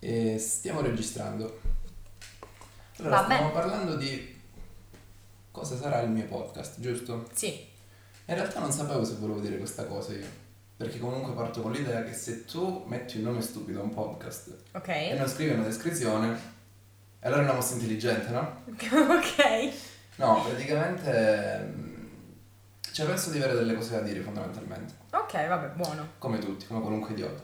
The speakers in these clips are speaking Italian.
E stiamo registrando. Allora, Va stiamo bene. parlando di cosa sarà il mio podcast, giusto? Sì, In realtà non sapevo se volevo dire questa cosa io, perché comunque parto con l'idea che se tu metti un nome stupido a un podcast ok. e non scrivi una descrizione, allora è una mossa intelligente, no? Ok. No, praticamente cioè penso di avere delle cose da dire fondamentalmente, Ok, vabbè, buono. come tutti, come qualunque idiota.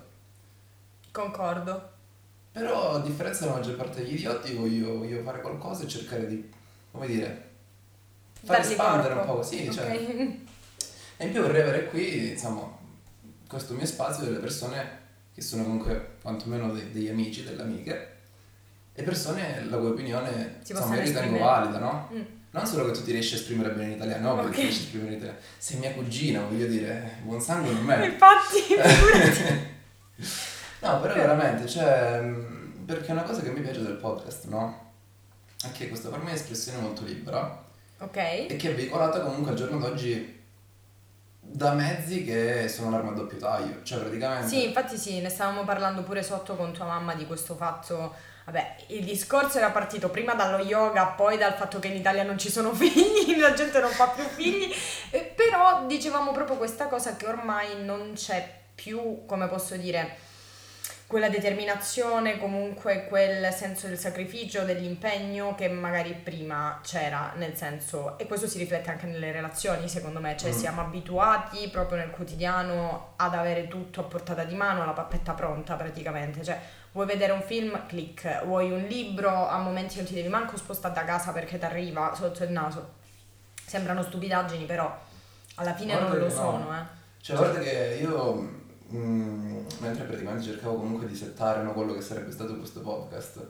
Concordo. Però a differenza della maggior parte degli idioti voglio fare qualcosa e cercare di, come dire, far Dargli espandere un corpo. po' così, cioè. Ok. E in più vorrei avere qui, insomma, questo mio spazio delle persone che sono comunque quantomeno degli amici, delle amiche, e persone la cui opinione, Si insomma, possono io ritengo esprimere. valida, no? Mm. Non solo che tu ti riesci a esprimere bene in italiano, no, perché ti Ok. riesci a esprimere in italiano. Sei mia cugina, voglio dire, buon sangue non me. Infatti, figurati. No, però Ok. veramente, cioè, perché una cosa che mi piace del podcast, no? È che questa per me è espressione molto libera Ok. e che è veicolata comunque al giorno d'oggi da mezzi che sono un'arma a doppio taglio, cioè Sì, praticamente. infatti sì, ne stavamo parlando pure sotto con tua mamma di questo fatto. Vabbè, il discorso era partito prima dallo yoga, poi dal fatto che in Italia non ci sono figli, la gente non fa più figli, però dicevamo proprio questa cosa che ormai non c'è più, come posso dire, quella determinazione, comunque quel senso del sacrificio, dell'impegno che magari prima c'era, nel senso, e questo si riflette anche nelle relazioni, secondo me, cioè Mm. siamo abituati proprio nel quotidiano ad avere tutto a portata di mano, la pappetta pronta praticamente, cioè vuoi vedere un film, click, vuoi un libro, a momenti non ti devi manco spostare da casa perché ti arriva sotto il naso. Sembrano stupidaggini, però alla fine non Guarda lo che no, sono, cioè guarda che io, mentre praticamente cercavo comunque di settare, no, quello che sarebbe stato questo podcast,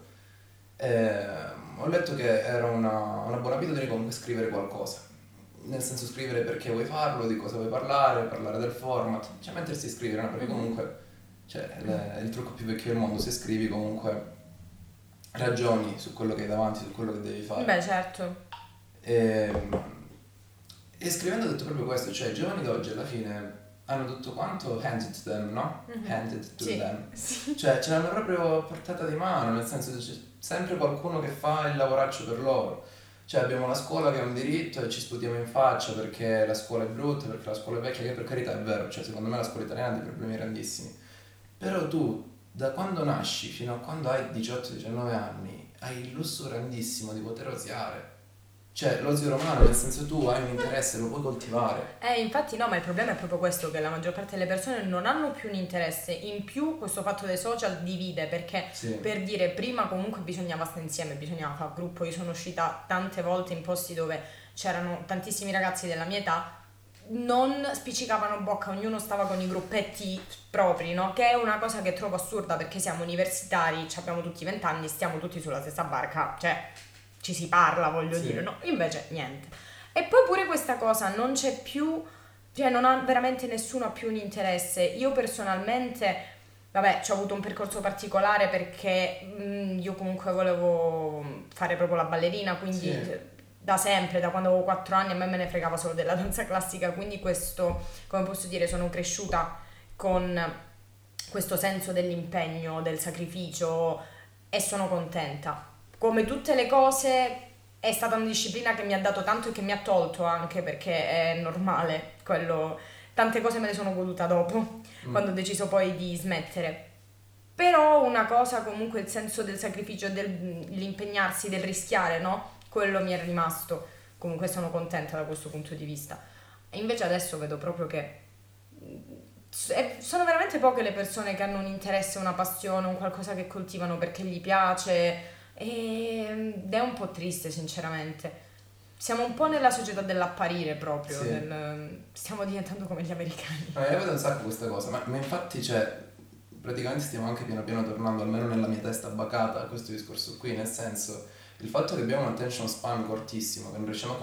eh, ho letto che era una buona abitudine comunque scrivere qualcosa. Nel senso scrivere perché vuoi farlo, di cosa vuoi parlare del format, cioè mettersi a scrivere, no? Perché Mhm. comunque cioè, è il trucco più vecchio del mondo, se scrivi comunque ragioni su quello che hai davanti, su quello che devi fare. Beh, certo. E, e scrivendo ho detto proprio questo, cioè i giovani d'oggi alla fine hanno tutto quanto handed to them, no? Mhm. Handed to Sì, them. sì. Cioè ce l'hanno proprio a portata di mano, nel senso che c'è sempre qualcuno che fa il lavoraccio per loro. Cioè abbiamo la scuola che è un diritto e ci sputiamo in faccia perché la scuola è brutta, perché la scuola è vecchia, che per carità è vero, cioè secondo me la scuola italiana ha dei problemi grandissimi. Però tu, da quando nasci fino a quando hai 18-19 anni, hai il lusso grandissimo di poter oziare. Cioè, l'ozio romano, nel senso tu hai un interesse, lo puoi coltivare. Infatti no, ma il problema è proprio questo, che la maggior parte delle persone non hanno più un interesse. In più questo fatto dei social divide, perché Sì, per dire prima comunque bisognava stare insieme, bisognava fare gruppo. Io sono uscita tante volte in posti dove c'erano tantissimi ragazzi della mia età, non spiccicavano bocca, ognuno stava con i gruppetti propri, no? Che è una cosa che trovo assurda perché siamo universitari, abbiamo tutti 20 anni, stiamo tutti sulla stessa barca, cioè ci si parla, voglio dire, sì. no? Invece niente. E poi pure questa cosa non c'è più, cioè non ha veramente nessuno ha più un interesse. Io personalmente, vabbè, ci ho avuto un percorso particolare perché io comunque volevo fare proprio la ballerina, Sì. quindi da sempre, da quando avevo 4 anni, a me ne fregava solo della danza classica, quindi questo, come posso dire, sono cresciuta con questo senso dell'impegno, del sacrificio e sono contenta. Come tutte le cose è stata una disciplina che mi ha dato tanto e che mi ha tolto anche perché è normale, quello, tante cose me le sono goduta dopo, Mm. quando ho deciso poi di smettere. Però una cosa comunque il senso del sacrificio, dell'impegnarsi, del rischiare, no? Quello mi è rimasto. Comunque sono contenta da questo punto di vista. E invece adesso vedo proprio che sono veramente poche le persone che hanno un interesse, una passione, un qualcosa che coltivano perché gli piace ed è un po' triste sinceramente. Siamo un po' nella società dell'apparire proprio, Sì. stiamo diventando come gli americani. No, io vedo un sacco questa cosa, ma infatti, cioè, praticamente stiamo anche piano piano tornando, almeno nella mia testa bacata, a questo discorso qui, nel senso, il fatto che abbiamo un attention span cortissimo, che non riusciamo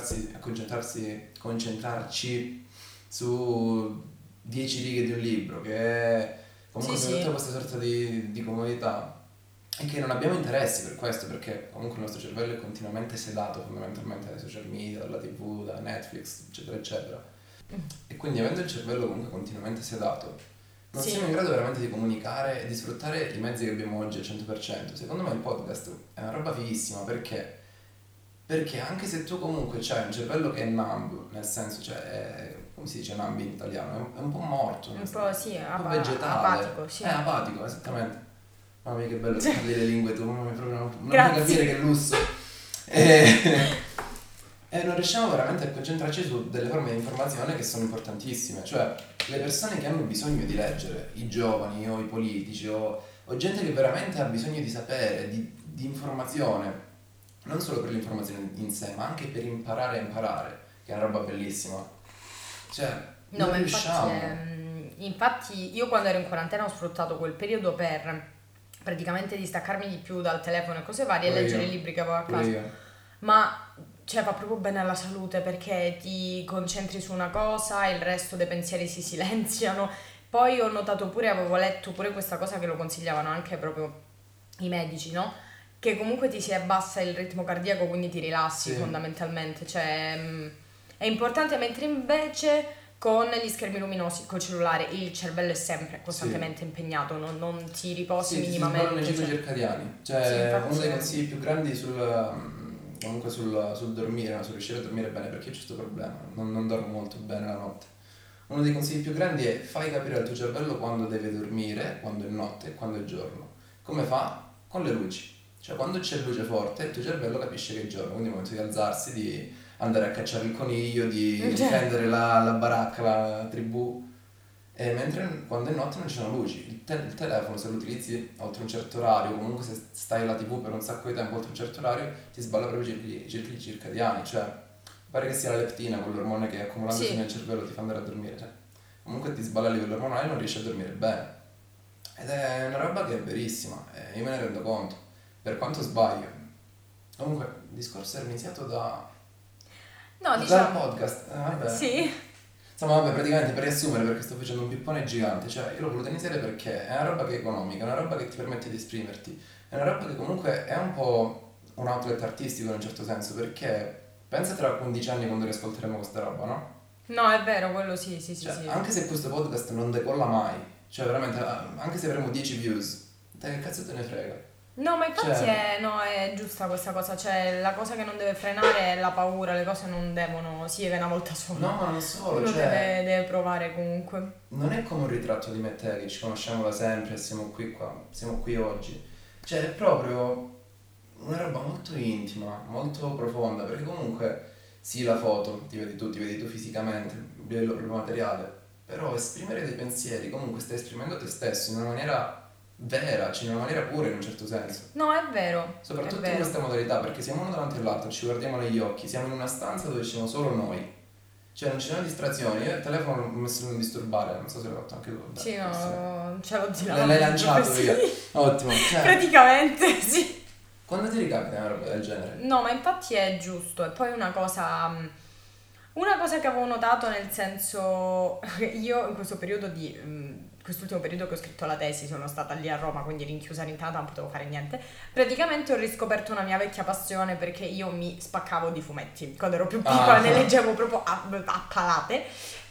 concentrarci su 10 righe di un libro, che Sì, comunque abbiamo tutta sì. questa sorta di comodità e che non abbiamo interessi per questo, perché comunque il nostro cervello è continuamente sedato fondamentalmente dai social media, dalla TV, da Netflix, eccetera, eccetera. E quindi avendo il cervello comunque continuamente sedato, non Sì. siamo in grado veramente di comunicare e di sfruttare i mezzi che abbiamo oggi al 100%. Secondo me il podcast è una roba fighissima perché anche se tu comunque c'hai un cervello che è numb, nel senso, cioè, come si dice numb in italiano? È un po' morto, Un po' sì, un po' vegetale. apatico, sì. È apatico, esattamente. Mamma mia che bello che parli le lingue tu, mamma mia, proprio non puoi Grazie. capire che lusso. E non riusciamo veramente a concentrarci su delle forme di informazione che sono importantissime. Cioè, le persone che hanno bisogno di leggere, i giovani o i politici o gente che veramente ha bisogno di sapere, di informazione, non solo per l'informazione in sé, ma anche per imparare a imparare, che è una roba bellissima. Cioè, No, non ma riusciamo. infatti io quando ero in quarantena ho sfruttato quel periodo per praticamente distaccarmi di più dal telefono e cose varie e Pure leggere io. i libri che avevo a Pure casa. io. Ma cioè fa proprio bene alla salute perché ti concentri su una cosa e il resto dei pensieri si silenziano. Poi ho notato pure, avevo letto pure questa cosa che lo consigliavano anche proprio i medici, no? Che comunque ti si abbassa il ritmo cardiaco, quindi ti rilassi Sì. fondamentalmente. Cioè è importante, mentre invece con gli schermi luminosi, col cellulare, il cervello è sempre costantemente impegnato, non ti riposi Sì, ti si sballano i minimamente. cicli Cioè. circadiani. Sì, Cioè, infatti uno dei consigli più grandi comunque sul dormire, no? Sul riuscire a dormire bene, perché c'è questo problema, non dormo molto bene la notte. Uno dei consigli più grandi è fai capire al tuo cervello quando deve dormire, quando è notte e quando è giorno. Come fa? Con le luci. Cioè, quando c'è luce forte, il tuo cervello capisce che è giorno, quindi è il momento di alzarsi, di andare a cacciare il coniglio, di difendere la baracca, la tribù. E mentre quando è notte non ci sono luci, il telefono se lo utilizzi oltre un certo orario, comunque se stai alla TV per un sacco di tempo oltre un certo orario, ti sballa proprio i circoli circadiani, cioè pare che sia la leptina, quell'ormone che accumulandosi Sì. nel cervello ti fa andare a dormire, cioè comunque ti sballa a livello ormonale e non riesci a dormire bene. Ed è una roba che è verissima, e io me ne rendo conto, per quanto sbaglio. Comunque, il discorso era iniziato No, dal diciamo. podcast, vabbè. Sì. Insomma, vabbè, praticamente per riassumere, perché sto facendo un pippone gigante, cioè io l'ho voluto iniziare perché è una roba che è economica, è una roba che ti permette di esprimerti, è una roba che comunque è un po' un outlet artistico in un certo senso, perché pensa tra 15 anni quando riascolteremo questa roba, no? No, è vero, quello sì. Cioè, Sì. anche se questo podcast non decolla mai, cioè veramente, anche se avremo 10 views, te che cazzo te ne frega? No, ma infatti Cioè, è giusta questa cosa, cioè la cosa che non deve frenare è la paura, le cose non devono, sì, è una volta sola. no, ma non solo, Uno cioè, deve provare comunque. non è come un ritratto di me e te che ci conosciamo da sempre e siamo qui oggi. Cioè, è proprio una roba molto intima, molto profonda, perché comunque sì, la foto, ti vedi tu fisicamente, a livello proprio materiale, però esprimere dei pensieri, comunque stai esprimendo te stesso in una maniera vera, cioè in una maniera pura in un certo senso. No, è vero, Soprattutto è in vero. questa modalità, perché siamo uno davanti all'altro, ci guardiamo negli occhi, siamo in una stanza dove ci siamo solo noi. Cioè non ci sono distrazioni, io il telefono l'ho messo in non disturbare, non so se l'hai fatto anche tu. Vabbè, Sì, forse. no, ce l'ho L'hai girato. lanciato via. Ottimo. Cioè, Praticamente, sì. quando ti ricapita una roba del genere? No, ma infatti è giusto. E poi una cosa che avevo notato nel senso, io in questo periodo quest'ultimo periodo che ho scritto la tesi sono stata lì a Roma, quindi rinchiusa in casa, non potevo fare niente. Praticamente ho riscoperto una mia vecchia passione perché io mi spaccavo di fumetti. Quando ero più piccola ne leggevo proprio a palate.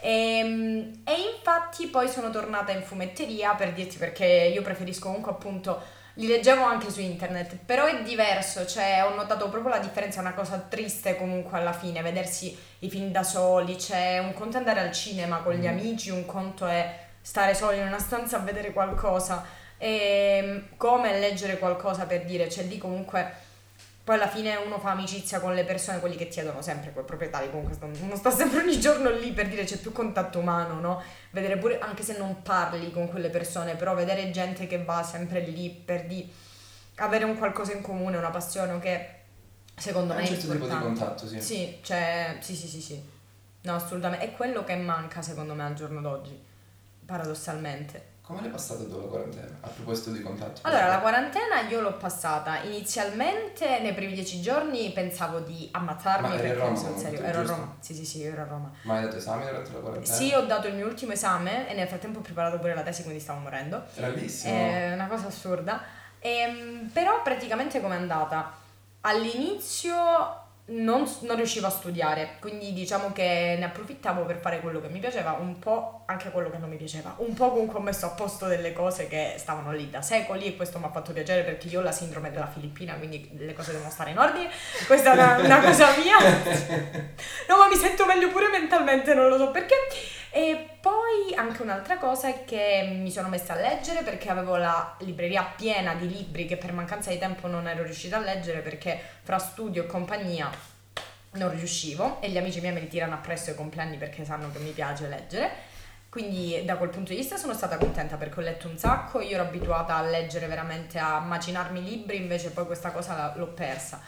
E infatti poi sono tornata in fumetteria per dirti perché io preferisco comunque appunto li leggevo anche su internet, però è diverso, cioè ho notato proprio la differenza, è una cosa triste comunque alla fine, vedersi i film da soli, cioè un conto è andare al cinema con gli amici, un conto è stare soli in una stanza a vedere qualcosa, e come leggere qualcosa per dire, cioè lì comunque poi alla fine uno fa amicizia con le persone, quelli che ti chiedono sempre, quei proprietari comunque uno sta sempre ogni giorno lì per dire c'è più contatto umano, no? Vedere pure, anche se non parli con quelle persone, però vedere gente che va sempre lì per avere un qualcosa in comune, una passione che secondo me Un è certo tipo di importante. contatto, sì. Sì, cioè, sì. No, assolutamente. È quello che manca secondo me al giorno d'oggi, paradossalmente. Come l'hai passata tu la quarantena? A proposito di contatto. Allora, la quarantena io l'ho passata inizialmente nei primi 10 giorni pensavo di ammazzarmi Ma eri a perché Roma sul comunque, serio, ero a giusto? Roma. Sì, ero a Roma. Ma hai dato esami durante la quarantena? Sì, ho dato il mio ultimo esame e nel frattempo ho preparato pure la tesi, quindi stavo morendo. Bravissimo. È una cosa assurda. Però praticamente com'è andata? All'inizio non riuscivo a studiare, quindi diciamo che ne approfittavo per fare quello che mi piaceva, un po' anche quello che non mi piaceva, un po' comunque ho messo a posto delle cose che stavano lì da secoli e questo mi ha fatto piacere perché io ho la sindrome della Filippina, quindi le cose devono stare in ordine, questa è una cosa mia, no ma mi sento meglio pure mentalmente, non lo so perché. E poi anche un'altra cosa è che mi sono messa a leggere perché avevo la libreria piena di libri che per mancanza di tempo non ero riuscita a leggere perché fra studio e compagnia non riuscivo e gli amici miei me li tirano appresso ai compleanni perché sanno che mi piace leggere. Quindi da quel punto di vista sono stata contenta perché ho letto un sacco, io ero abituata a leggere veramente, a macinarmi libri, invece poi questa cosa l'ho persa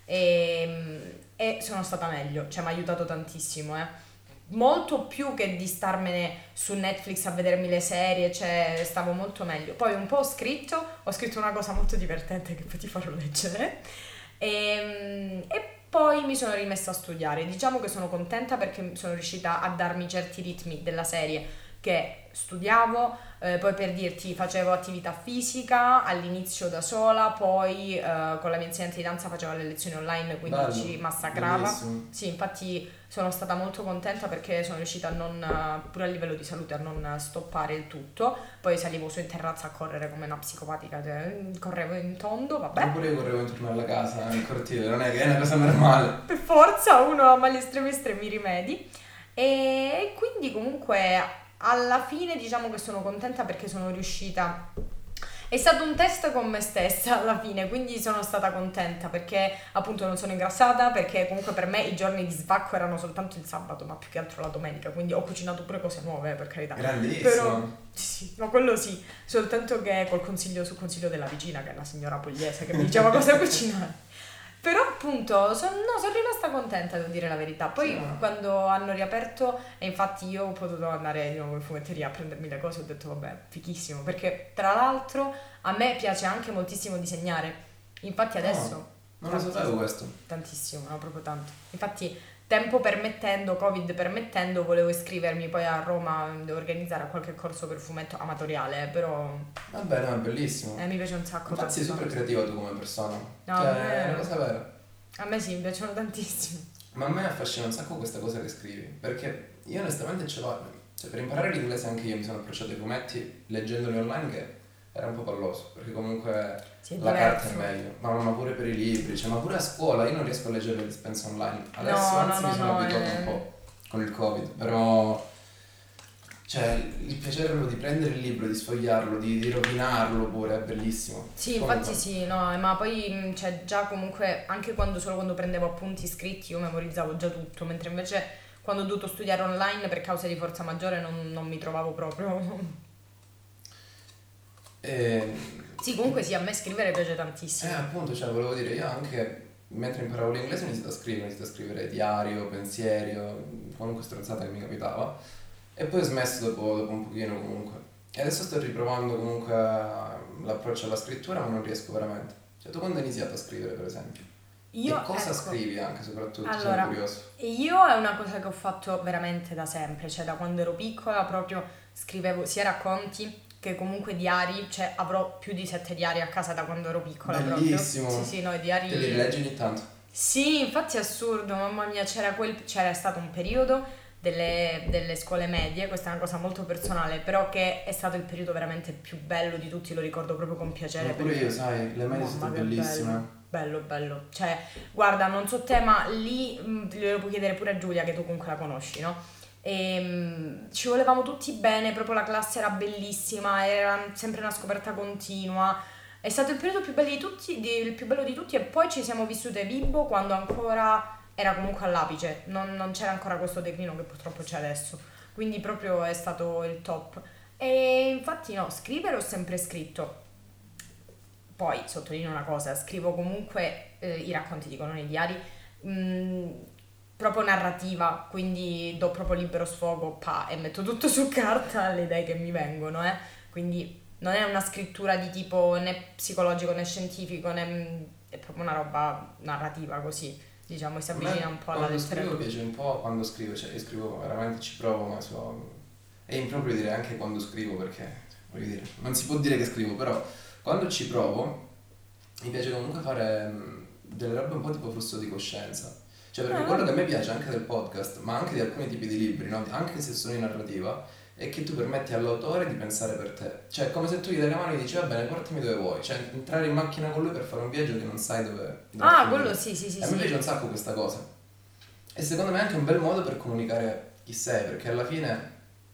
e sono stata meglio, cioè mi ha aiutato tantissimo, molto più che di starmene su Netflix a vedermi le serie, cioè stavo molto meglio. Poi un po' ho scritto una cosa molto divertente che poi ti farò leggere e poi mi sono rimessa a studiare. Diciamo che sono contenta perché sono riuscita a darmi certi ritmi della serie che studiavo, poi per dirti facevo attività fisica all'inizio da sola, poi con la mia insegnante di danza facevo le lezioni online, quindi Bello, ci massacrava. bellissimo. Sì, infatti sono stata molto contenta perché sono riuscita a non, pure a livello di salute, a non stoppare il tutto. Poi salivo su in terrazza a correre come una psicopatica, correvo in tondo, vabbè. Pure io correvo intorno alla casa, nel cortile, non è che è una cosa normale. Per forza uno ama gli estremi rimedi. E quindi comunque alla fine diciamo che sono contenta perché sono riuscita. È stato un test con me stessa alla fine, quindi sono stata contenta perché appunto non sono ingrassata, perché comunque per me i giorni di svacco erano soltanto il sabato, ma più che altro la domenica, quindi ho cucinato pure cose nuove, per carità. Grandissimo. Però sì, ma quello sì, soltanto che sul consiglio della vicina, che è la signora pugliese, che mi diceva cosa cucinare. Però appunto sono rimasta contenta, devo dire la verità. Poi Sì. quando hanno riaperto, e infatti io ho potuto andare di nuovo in fumetteria a prendermi le cose, ho detto vabbè, fichissimo, perché tra l'altro a me piace anche moltissimo disegnare. Infatti adesso Non lo sapevo questo. tantissimo, no, proprio tanto. Infatti tempo permettendo, Covid permettendo, volevo iscrivermi poi a Roma, devo organizzare qualche corso per fumetto amatoriale, però Va bene, ma è bellissimo. mi piace un sacco. Infatti sei tanto. super creativa tu come persona. No, Cioè, è una cosa vera. A me sì, mi piacciono tantissimo. Ma a me affascina un sacco questa cosa che scrivi, perché io onestamente ce l'ho, cioè per imparare l'inglese anche io mi sono approcciato ai fumetti leggendoli online che era un po' palloso, perché comunque Sì, è la carta è diverso. meglio, ma pure per i libri, cioè ma pure a scuola io non riesco a leggere le dispense online, adesso No, anzi no, mi sono no, abituato un po' con il Covid, però cioè il piacere proprio di prendere il libro, di sfogliarlo, di rovinarlo pure è bellissimo. Sì, infatti sì, no, ma poi cioè, già comunque anche solo quando prendevo appunti scritti io memorizzavo già tutto, mentre invece quando ho dovuto studiare online per causa di forza maggiore non mi trovavo proprio. E, Sì, comunque sì, a me scrivere piace tantissimo. appunto, cioè volevo dire, io anche mentre imparavo l'inglese ho iniziato a scrivere diario, pensieri, qualunque stronzata che mi capitava. E poi ho smesso dopo un pochino comunque. E adesso sto riprovando comunque l'approccio alla scrittura, ma non riesco veramente. Cioè, tu quando hai iniziato a scrivere, per esempio? Io, E cosa ecco, scrivi anche, soprattutto? allora, Sono curioso. io è una cosa che ho fatto veramente da sempre, cioè da quando ero piccola proprio scrivevo sia racconti che comunque diari, cioè avrò più di 7 diari a casa da quando ero piccola Bellissimo! proprio. Sì, no, i diari. Te li rileggi ogni tanto? Sì, infatti è assurdo, mamma mia, c'era stato un periodo delle scuole medie, questa è una cosa molto personale, però che è stato il periodo veramente più bello di tutti, lo ricordo proprio con piacere. Ma pure perché- io, sai, le medie sono Mamma, che bellissime. bello, bello. Cioè, guarda, non so te, ma lì glielo puoi chiedere pure a Giulia, che tu comunque la conosci, no? Ci volevamo tutti bene, proprio la classe era bellissima, era sempre una scoperta continua. È stato il periodo più bello di tutti, il più bello di tutti, e poi ci siamo vissute vivo quando ancora era comunque all'apice, non c'era ancora questo declino che purtroppo c'è adesso. Quindi proprio è stato il top. E infatti no, scrivere ho sempre scritto. Poi sottolineo una cosa, scrivo comunque i racconti, dicono nei diari, proprio narrativa, quindi do proprio libero sfogo, e metto tutto su carta, le idee che mi vengono, quindi non è una scrittura di tipo né psicologico né scientifico, è proprio una roba narrativa così, diciamo, si avvicina un po' alla Quando scrivo letteratura. piace un po' quando scrivo, cioè io scrivo veramente ci provo, ma è improprio dire anche quando scrivo perché, voglio dire, non si può dire che scrivo, però quando ci provo mi piace comunque fare delle robe un po' tipo flusso di coscienza. Cioè, perché quello che a me piace anche del podcast, ma anche di alcuni tipi di libri, no? Anche se sono in narrativa, è che tu permetti all'autore di pensare per te. Cioè, è come se tu gli dai la mano e gli dici, va bene, portami dove vuoi. Cioè, entrare in macchina con lui per fare un viaggio che non sai dove Ah, finire. quello sì, E a me piace un sacco questa cosa. E secondo me è anche un bel modo per comunicare chi sei, perché alla fine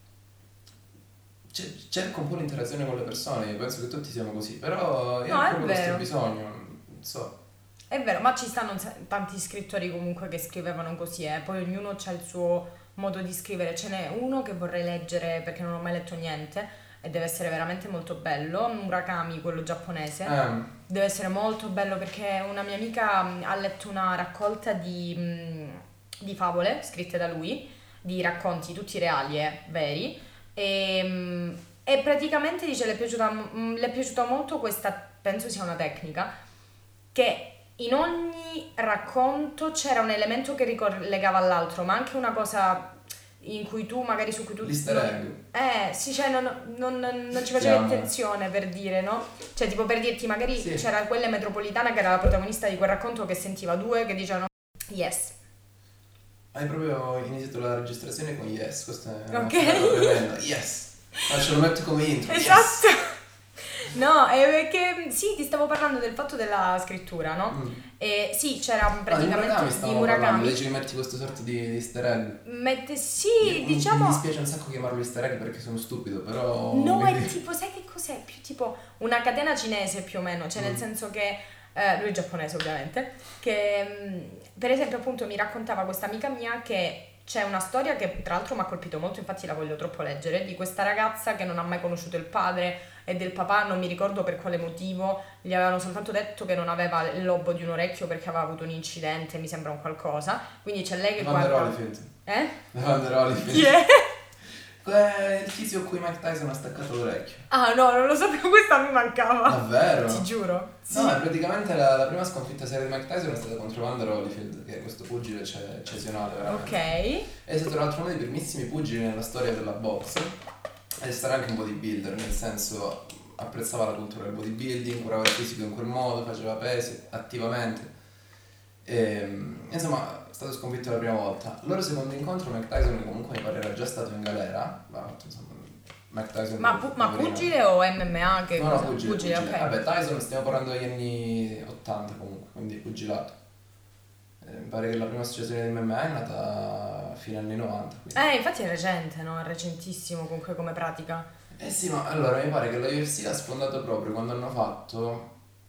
cerco un po' l'interazione con le persone, io penso che tutti siamo così, però io No, ho è proprio questo vero. bisogno, non so. È vero, ma ci stanno tanti scrittori comunque che scrivevano così, poi ognuno ha il suo modo di scrivere. Ce n'è uno che vorrei leggere perché non ho mai letto niente e deve essere veramente molto bello, Murakami, quello giapponese. Deve essere molto bello perché una mia amica ha letto una raccolta di favole scritte da lui, di racconti tutti reali e veri, e praticamente dice le è piaciuta molto questa, penso sia una tecnica, che in ogni racconto c'era un elemento che ricollegava all'altro, ma anche una cosa in cui tu, magari su cui tu... L'easter egg. Sì, cioè non ci faceva attenzione, per dire, no? Cioè, tipo per dirti, magari Sì. c'era quella metropolitana che era la protagonista di quel racconto che sentiva due che dicevano yes. Hai proprio iniziato la registrazione con yes, questo è Ok. tremendo. Yes. Ma ce lo metto come intro. Esatto. Yes. No, è perché sì, ti stavo parlando del fatto della scrittura, no? E sì, c'era praticamente di Murakami. Dici che metti questo sorta di easter egg. Sì, diciamo. Mi dispiace un sacco chiamarlo easter egg perché sono stupido, però. No, è tipo, sai che cos'è? Più tipo una catena cinese più o meno, cioè nel senso che lui è giapponese ovviamente, che per esempio appunto mi raccontava questa amica mia che c'è una storia che tra l'altro mi ha colpito molto, infatti la voglio troppo leggere, di questa ragazza che non ha mai conosciuto il padre e del papà, non mi ricordo per quale motivo, gli avevano soltanto detto che non aveva il lobo di un orecchio perché aveva avuto un incidente, mi sembra un qualcosa, quindi c'è lei che guarda... Evander Holyfield. Yeah. Il tizio a cui Mike Tyson ha staccato l'orecchio. Ah no, non lo sapevo, questa mi mancava. Davvero? Ti giuro. Sì. No, praticamente la prima sconfitta seria di Mike Tyson è stata contro Evander Holyfield, che è questo pugile eccezionale veramente. Ok. È stato tra l'altro uno dei primissimi pugili nella storia della box. Ed è stato anche un bodybuilder, nel senso apprezzava la cultura del bodybuilding, curava il fisico in quel modo, faceva pesi attivamente. Insomma, è stato sconfitto la prima volta. Il loro secondo incontro, Mike Tyson comunque mi pare era già stato in galera, ma insomma, Mike Tyson... Ma pugile o MMA? Che no, pugile, ok. Vabbè, Tyson stiamo parlando degli anni 80 comunque, quindi pugilato. Mi pare che la prima associazione di MMA è nata a fine anni 90. Quindi. Infatti è recente, no? È recentissimo comunque come pratica. Sì, ma allora mi pare che la UFC l'ha sfondato proprio quando hanno fatto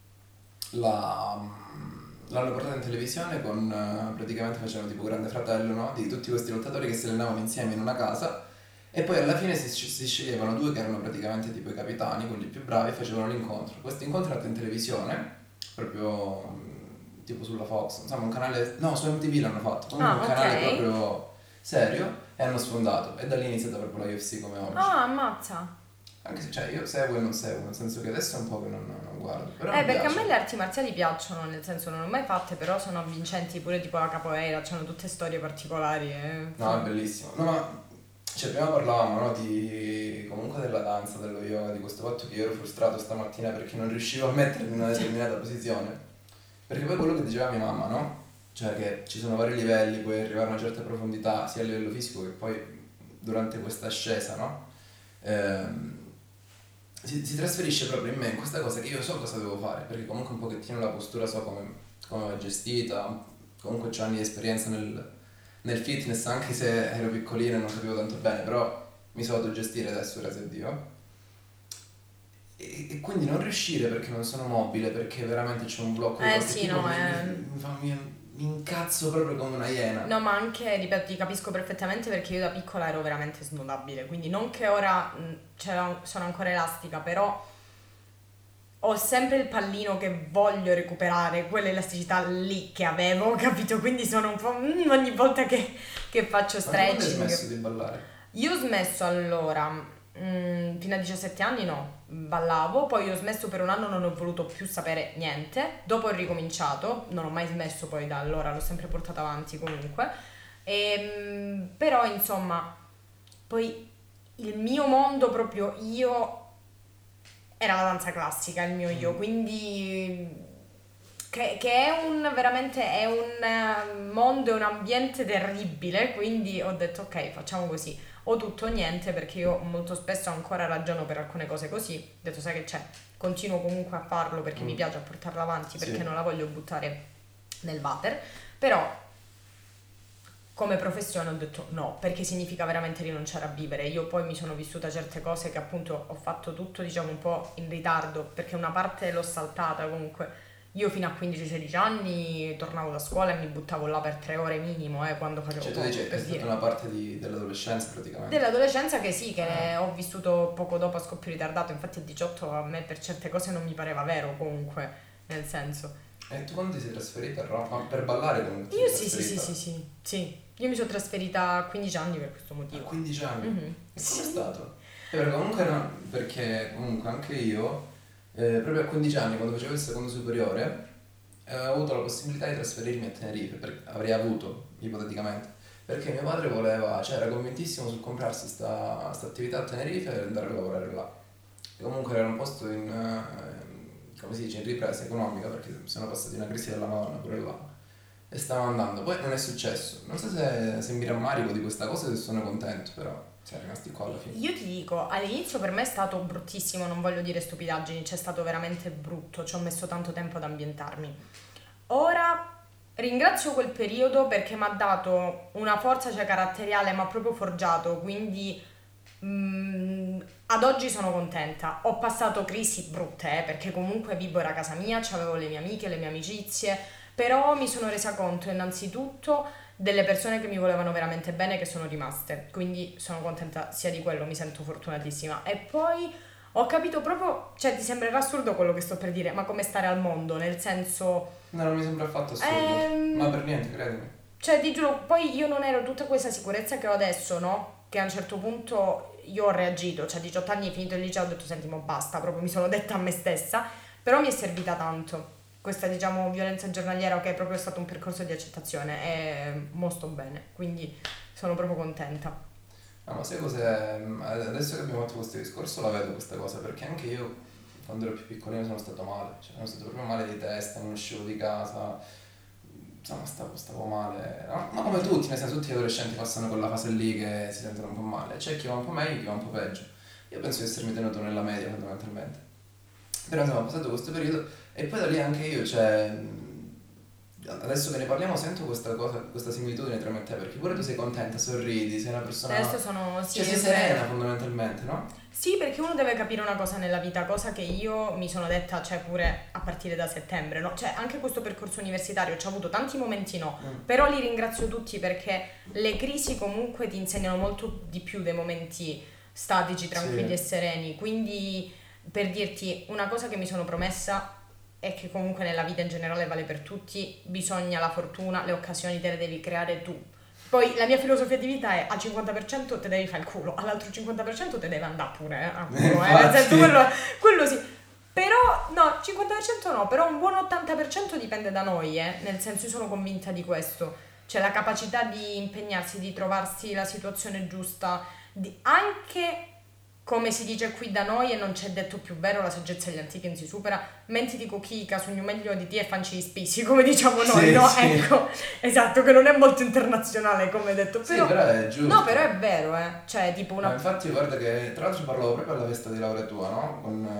l'hanno portata in televisione con praticamente facevano tipo Grande Fratello, no? Di tutti questi lottatori che si allenavano insieme in una casa e poi alla fine si sceglievano due che erano praticamente tipo i capitani, quelli più bravi, e facevano l'incontro. Questo incontro è andato in televisione, proprio tipo sulla Fox, insomma un canale, no, su MTV l'hanno fatto, comunque un canale proprio serio e hanno sfondato e da lì è iniziata proprio la UFC come oggi. Ah, ammazza. Anche se cioè, io seguo e non seguo, nel senso che adesso è un po' che non guardo. Però perché piace. a me le arti marziali piacciono, nel senso non le ho mai fatte, però sono avvincenti pure tipo la capoeira, hanno tutte storie particolari. No, è bellissimo. No, ma cioè, prima parlavamo, no, di comunque della danza, dello yoga, di questo fatto che io ero frustrato stamattina perché non riuscivo a mettermi in una determinata posizione. Perché poi quello che diceva mia mamma, no? Cioè che ci sono vari livelli, puoi arrivare a una certa profondità, sia a livello fisico che poi durante questa ascesa, no? Si trasferisce proprio in me questa cosa che io so cosa devo fare, perché comunque un pochettino la postura so come va gestita, comunque ho anni di esperienza nel fitness, anche se ero piccolino e non capivo tanto bene, però mi so autogestire adesso, grazie a Dio. E quindi non riuscire perché non sono mobile, perché veramente c'è un blocco di sì, tipo, no, mi incazzo proprio come una iena. No, ma anche, ripeto, ti capisco perfettamente perché io da piccola ero veramente snodabile, quindi non che ora sono ancora elastica, però ho sempre il pallino che voglio recuperare, quell'elasticità lì che avevo, capito? Quindi sono un po' ogni volta che faccio stretching. Ma quando hai smesso di ballare? Io ho smesso allora, fino a 17 anni no, ballavo, poi ho smesso per un anno, non ho voluto più sapere niente, dopo ho ricominciato, non ho mai smesso poi da allora, l'ho sempre portata avanti comunque, però insomma, poi il mio mondo proprio io era la danza classica, il mio io, quindi che è veramente è un mondo, è un ambiente terribile, quindi ho detto ok, facciamo così, o tutto o niente, perché io molto spesso ancora ragiono per alcune cose così, ho detto sai che c'è, continuo comunque a farlo perché mi piace a portarla avanti, perché Sì. non la voglio buttare nel water, però come professione ho detto no, perché significa veramente rinunciare a vivere. Io poi mi sono vissuta certe cose che appunto ho fatto tutto diciamo un po' in ritardo, perché una parte l'ho saltata comunque. Io fino a 15-16 anni tornavo da scuola e mi buttavo là per 3 ore minimo, quando facevo Cioè tu poco, dici, per è stata dire. una parte dell'adolescenza praticamente. Dell'adolescenza che sì, che ho vissuto poco dopo a scoppio ritardato, infatti il 18 a me per certe cose non mi pareva vero comunque, nel senso. E tu quando ti sei trasferita a Roma? Ma per ballare comunque ti Io sei sì, trasferita? sì. Io mi sono trasferita a 15 anni per questo A motivo. 15 anni? Mhm. E com'è Sì. stato? Perché comunque no, perché comunque anche io, proprio a 15 anni, quando facevo il secondo superiore, ho avuto la possibilità di trasferirmi a Tenerife, avrei avuto, ipoteticamente, perché mio padre voleva, cioè era convintissimo sul comprarsi sta attività a Tenerife e andare a lavorare là. E comunque era un posto come si dice, in ripresa economica, perché sono passati una crisi della Madonna pure là. E stavo andando, poi non è successo. Non so se mi rammarico di questa cosa o se sono contento, però siamo rimasti qua alla fine. Io ti dico, all'inizio per me è stato bruttissimo, non voglio dire stupidaggini, c'è stato veramente brutto, ci ho messo tanto tempo ad ambientarmi. Ora ringrazio quel periodo perché mi ha dato una forza, cioè caratteriale, ma proprio forgiato, quindi ad oggi sono contenta. Ho passato crisi brutte, perché comunque vivo era casa mia, avevo le mie amiche, le mie amicizie, però mi sono resa conto innanzitutto delle persone che mi volevano veramente bene che sono rimaste, quindi sono contenta sia di quello, mi sento fortunatissima. E poi ho capito proprio, cioè ti sembrerà assurdo quello che sto per dire, ma come stare al mondo, nel senso... No, non mi sembra affatto assurdo, ma Ehm, per niente, credimi. cioè, ti giuro, poi io non ero tutta questa sicurezza che ho adesso, no? Che a un certo punto io ho reagito, cioè a 18 anni finito il liceo ho detto senti, mo basta, proprio mi sono detta a me stessa, però mi è servita tanto. Questa, diciamo, violenza giornaliera che è proprio stato un percorso di accettazione e mo sto bene, quindi sono proprio contenta. No, ma sai cos'è? Adesso che abbiamo fatto questo discorso la vedo questa cosa, perché anche io quando ero più piccolino sono stato male, cioè sono stato proprio male di testa, non uscivo di casa, insomma stavo male, no? Ma come tutti, nel senso tutti gli adolescenti passano quella fase lì che si sentono un po' male, c'è chi va un po' meglio, chi va un po' peggio. Io penso di essermi tenuto nella media fondamentalmente. Però insomma ho passato questo periodo e poi da lì anche io, cioè, adesso che ne parliamo sento questa cosa, questa similitudine tra me e te, perché pure tu sei contenta, sorridi, sei una persona, Adesso sono, sì, cioè sei è vero. serena fondamentalmente, no? Sì, perché uno deve capire una cosa nella vita, cosa che io mi sono detta, cioè pure a partire da settembre, no? Cioè anche questo percorso universitario ci ha avuto tanti momenti no, però li ringrazio tutti perché le crisi comunque ti insegnano molto di più dei momenti statici, tranquilli e Sì, sereni, quindi per dirti una cosa che mi sono promessa è che comunque nella vita in generale vale per tutti, bisogna la fortuna, le occasioni te le devi creare tu. Poi la mia filosofia di vita è al 50% te devi fare il culo, all'altro 50% te deve andare pure, a culo, nel senso infatti. quello sì. Però no, 50% no, però un buon 80% dipende da noi, nel senso io sono convinta di questo. Cioè la capacità di impegnarsi, di trovarsi la situazione giusta, anche come si dice qui da noi e non c'è detto più vero, la saggezza degli antichi non si supera, mentiti cochica, sogno meglio di te e fanci spisi, come diciamo noi, Sì, no? sì. Ecco, esatto, che non è molto internazionale come detto, Sì, però... però è giusto. No, però è vero, cioè tipo No, una... infatti guarda che tra l'altro parlavo proprio alla festa di laurea tua, no?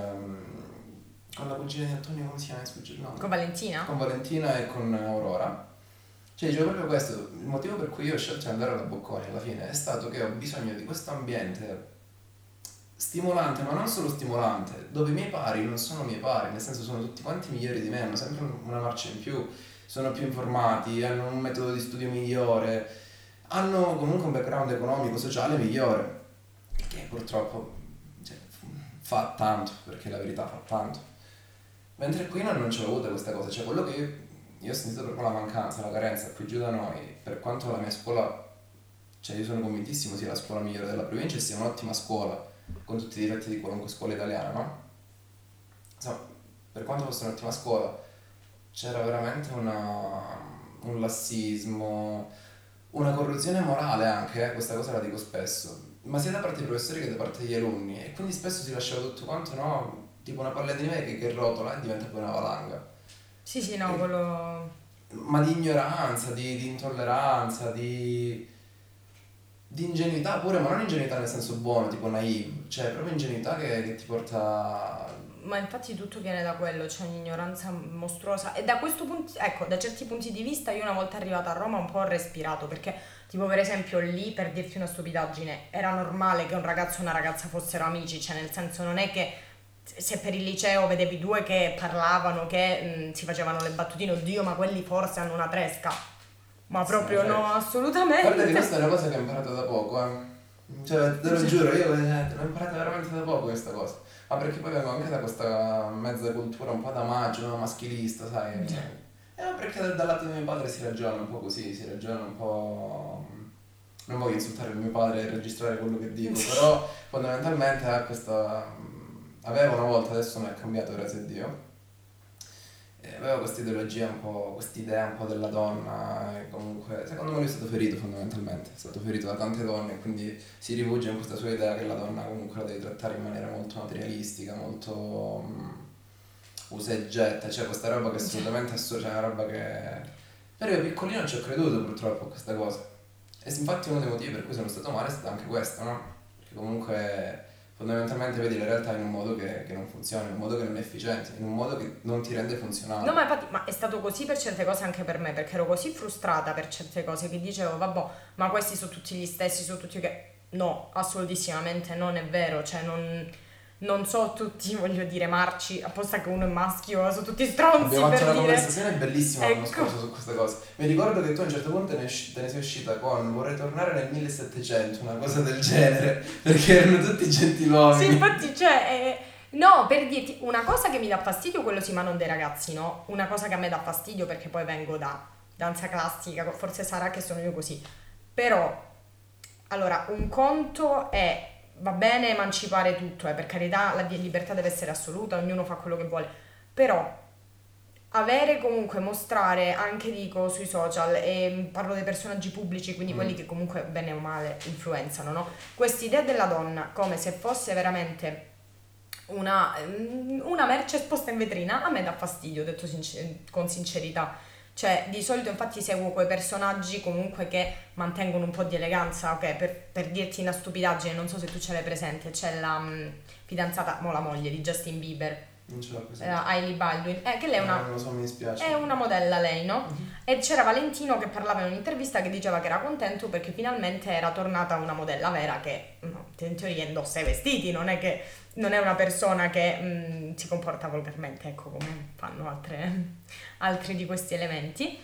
Con la cugina di Antonio, come si chiama? Mi sfugge il nome. Con Valentina? Con Valentina e con Aurora. Cioè, dicevo proprio questo, il motivo per cui io ho scelto di andare alla Bocconi alla fine è stato che ho bisogno di questo ambiente stimolante, ma non solo stimolante, dove i miei pari non sono miei pari, nel senso sono tutti quanti migliori di me, hanno sempre una marcia in più, sono più informati, hanno un metodo di studio migliore, hanno comunque un background economico, sociale migliore, che purtroppo cioè, fa tanto, perché la verità fa tanto. Mentre qui non c'è avuta questa cosa, cioè quello che io ho sentito proprio la mancanza, la carenza qui giù da noi, per quanto la mia scuola, cioè io sono convintissimo sia la scuola migliore della provincia e sia un'ottima scuola, con tutti i difetti di qualunque scuola italiana, no? Insomma, per quanto fosse un'ottima scuola, c'era veramente un lassismo, una corruzione morale anche, questa cosa la dico spesso, ma sia da parte dei professori che da parte degli alunni, e quindi spesso si lasciava tutto quanto, no? Tipo una palla di neve che rotola e diventa poi una valanga. Sì, sì, no, quello... ma di ignoranza, di intolleranza, di ingenuità pure, ma non ingenuità nel senso buono, tipo naive, cioè proprio ingenuità che ti porta... Ma infatti tutto viene da quello, c'è un'ignoranza mostruosa e da questo punto, ecco, da certi punti di vista io una volta arrivata a Roma un po' ho respirato perché tipo per esempio lì, per dirti una stupidaggine, era normale che un ragazzo e una ragazza fossero amici, cioè nel senso non è che se per il liceo vedevi due che parlavano, che si facevano le battutine, oddio ma quelli forse hanno una tresca, ma Sì, proprio cioè, no, assolutamente. guarda che questa è una cosa che ho imparato da poco, Cioè, te lo giuro, io l'ho imparata veramente da poco questa cosa. Ma perché poi vengo anche da questa mezza cultura un po' da maggio, no? Maschilista, sai? Ma perché dal lato di mio padre si ragiona un po' così, si ragiona un po'... Non voglio insultare il mio padre e registrare quello che dico, però fondamentalmente ha questa... Aveva una volta, adesso non è cambiato, grazie a Dio. E aveva questa ideologia un po', quest'idea un po' della donna e comunque, secondo me lui è stato ferito fondamentalmente, è stato ferito da tante donne e quindi si rifugia in questa sua idea che la donna comunque la devi trattare in maniera molto materialistica, molto usa e getta, cioè questa roba che assolutamente associa, una roba che... Però io piccolino ci ho creduto purtroppo a questa cosa. E infatti uno dei motivi per cui sono stato male è stato anche questo, no? Perché comunque fondamentalmente vedi la realtà in un modo che non funziona, in un modo che non è efficiente, in un modo che non ti rende funzionale. No, ma infatti, ma è stato così per certe cose anche per me, perché ero così frustrata per certe cose che dicevo, vabbè, ma questi sono tutti gli stessi, sono tutti che... No, assolutissimamente non è vero, cioè non so tutti, voglio dire, marci, apposta che uno è maschio, sono tutti stronzi Abbiamo fatto per una dire... conversazione bellissima l'anno Ecco. scorso su queste cose. Mi ricordo che tu a un certo punto te ne sei uscita con vorrei tornare nel 1700, una cosa del genere, perché erano tutti gentiluomini. Sì, infatti, cioè... No, per dirti, una cosa che mi dà fastidio, quello sì, ma non dei ragazzi, no? Una cosa che a me dà fastidio perché poi vengo da danza classica, forse sarà che sono io così. Però, allora, un conto è, va bene emancipare tutto, per carità, la libertà deve essere assoluta, ognuno fa quello che vuole. Però, avere comunque, mostrare, anche dico sui social, e parlo dei personaggi pubblici, quindi quelli che comunque bene o male influenzano, no? Quest'idea della donna come se fosse veramente una merce esposta in vetrina a me dà fastidio, detto con sincerità. Cioè, di solito infatti seguo quei personaggi comunque che mantengono un po' di eleganza, ok? Per dirti una stupidaggine, non so se tu ce l'hai presente, c'è la fidanzata, mo la moglie di Justin Bieber, Non ce l'ho presente. Hailey Baldwin, che lei è Non lo so, mi dispiace. è una modella lei, no? E c'era Valentino che parlava in un'intervista che diceva che era contento perché finalmente era tornata una modella vera che in teoria indossa i vestiti, non è che non è una persona che si comporta volgarmente, ecco, come fanno altri di questi elementi.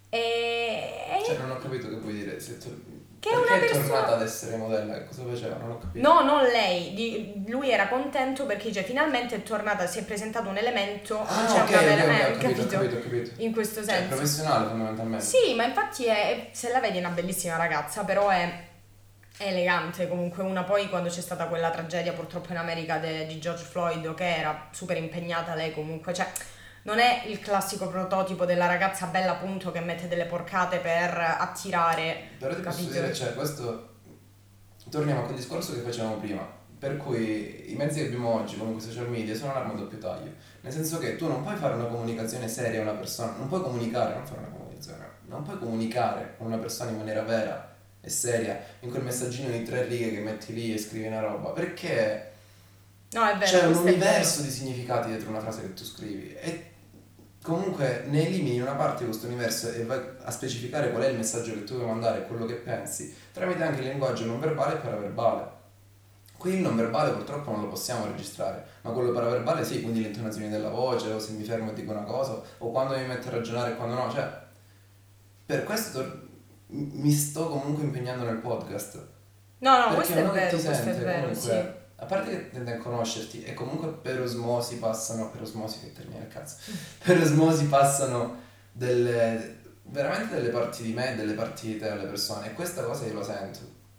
Cioè, non ho capito che vuoi dire. Se Che è perché una è persona... tornata ad essere modella? Che cosa faceva? Non ho capito. No, non lei, lui era contento perché dice finalmente è tornata, si è presentato un elemento, Ah, c'è ok, una ok, ho capito. in questo Cioè, è senso. professionale fondamentalmente. Sì, ma infatti se la vedi è una bellissima ragazza, però è elegante comunque. Una poi quando c'è stata quella tragedia purtroppo in America di George Floyd, che era super impegnata lei comunque, cioè non è il classico prototipo della ragazza bella appunto che mette delle porcate per attirare, Però ti posso capito? dire, cioè, questo... Torniamo a quel discorso che facevamo prima. Per cui i mezzi che abbiamo oggi, comunque i social media, sono un'arma a doppio taglio. Nel senso che tu non puoi fare una comunicazione seria a una persona, non puoi comunicare, non fare una comunicazione, non puoi comunicare con una persona in maniera vera e seria, in quel messaggino di 3 righe che metti lì e scrivi una roba, perché No, è vero, c'è un questo è vero. universo di significati dietro una frase che tu scrivi e comunque ne elimini una parte di questo universo e vai a specificare qual è il messaggio che tu vuoi mandare, quello che pensi, tramite anche il linguaggio non verbale e paraverbale. Qui il non verbale purtroppo non lo possiamo registrare, ma quello paraverbale sì, quindi le intonazioni della voce, o se mi fermo e dico una cosa, o quando mi metto a ragionare e quando no, cioè per questo mi sto comunque impegnando nel podcast. No, Perché questo è uno che vero, ti questo è sente vero, comunque, sì. a parte che tende a conoscerti e comunque per osmosi passano, per osmosi che termine al cazzo, per osmosi passano veramente delle parti di me e delle parti di te alle persone e questa cosa io lo sento.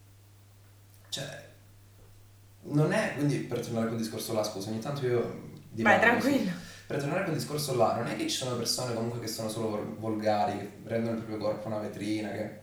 Cioè, non è, quindi per tornare a quel discorso là, scusa, ogni tanto io Vai, divago così. tranquillo. Per tornare a quel discorso là, non è che ci sono persone comunque che sono solo volgari, che rendono il proprio corpo una vetrina, che...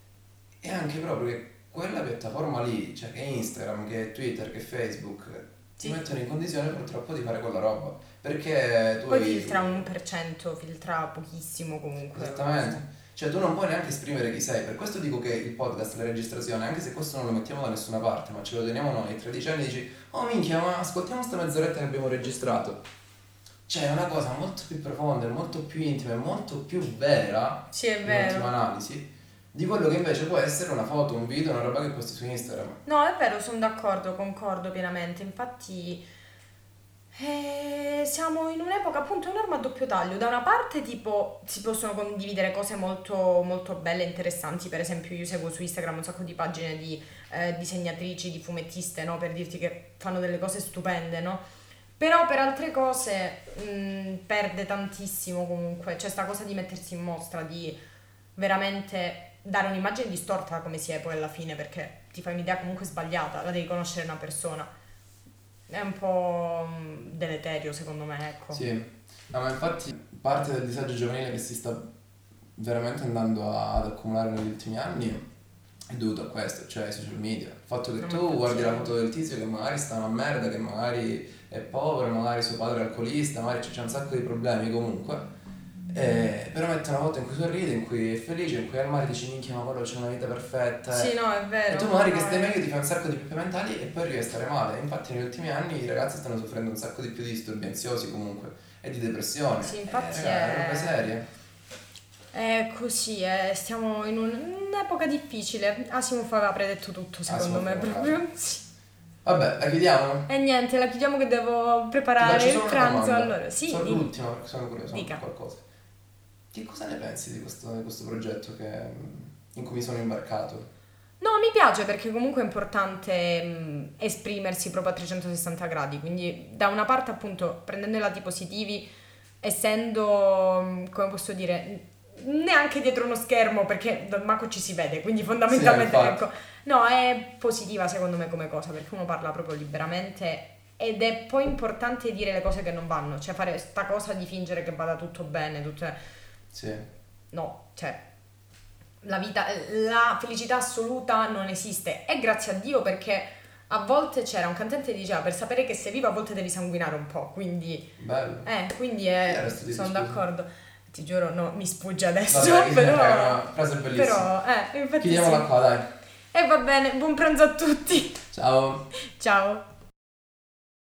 E anche proprio che quella piattaforma lì, cioè che è Instagram, che è Twitter, che è Facebook, ti mettono in condizione purtroppo di fare quella roba. Perché tu poi filtra un 1%, filtra pochissimo comunque. Esattamente. Cioè tu non puoi neanche esprimere chi sei, per questo dico che il podcast, la registrazione, anche se questo non lo mettiamo da nessuna parte, ma ce lo teniamo noi, a 13 anni dici, oh minchia, ma ascoltiamo sta mezz'oretta che abbiamo registrato. Cioè è una cosa molto più profonda, molto più intima e molto più vera, sì, è in vero, ultima analisi, di quello che invece può essere una foto, un video, una roba che posti su Instagram. no, è vero, sono d'accordo, concordo pienamente, infatti siamo in un'epoca appunto un'arma a doppio taglio. Da una parte tipo si possono condividere cose molto, molto belle e interessanti, per esempio io seguo su Instagram un sacco di pagine di disegnatrici, di fumettiste, no? Per dirti che fanno delle cose stupende, no? Però per altre cose perde tantissimo comunque, c'è sta cosa di mettersi in mostra, di veramente dare un'immagine distorta come si è poi alla fine, perché ti fai un'idea comunque sbagliata, la devi conoscere una persona. È un po' deleterio secondo me, ecco. Sì, no, ma infatti parte del disagio giovanile che si sta veramente andando ad accumulare negli ultimi anni è dovuto a questo, cioè ai social media. Il fatto che tu guardi la foto del tizio che magari sta una merda, che magari è povero, magari suo padre è alcolista, magari c'è un sacco di problemi comunque. Però mette una foto in cui sorride, in cui è felice, in cui al mare dici minchia ma quello c'è una vita perfetta. Sì, no, è vero. E tu magari che stai meglio ti fai un sacco di pippe mentali e poi arrivi a stare male. Infatti negli ultimi anni i ragazzi stanno soffrendo un sacco di più di disturbi ansiosi comunque e di depressione. Sì, infatti è roba seria. È così, stiamo in un'epoca difficile. Asimov aveva predetto tutto, secondo me, proprio. Sì. Vabbè, la chiudiamo? E niente, la chiudiamo che devo preparare il pranzo. Allora, sì, sono l'ultima perché sono curioso di dica qualcosa. Che cosa ne pensi di questo progetto in cui mi sono imbarcato? No, mi piace perché comunque è importante esprimersi proprio a 360 gradi, quindi da una parte appunto prendendo i lati positivi, essendo, come posso dire, neanche dietro uno schermo perché manco ci si vede, quindi fondamentalmente sì, ecco, no, è positiva secondo me come cosa perché uno parla proprio liberamente ed è poi importante dire le cose che non vanno, cioè fare sta cosa di fingere che vada tutto bene, sì. No, cioè la felicità assoluta non esiste e grazie a Dio perché a volte c'era un cantante che diceva per sapere che sei vivo a volte devi sanguinare un po', quindi bello. Quindi sono d'accordo. Ti giuro, no, mi sfugge adesso. Vabbè, però è una frase bellissima. Però, infatti chiudiamola qua, dai. E va bene, buon pranzo a tutti. Ciao. Ciao.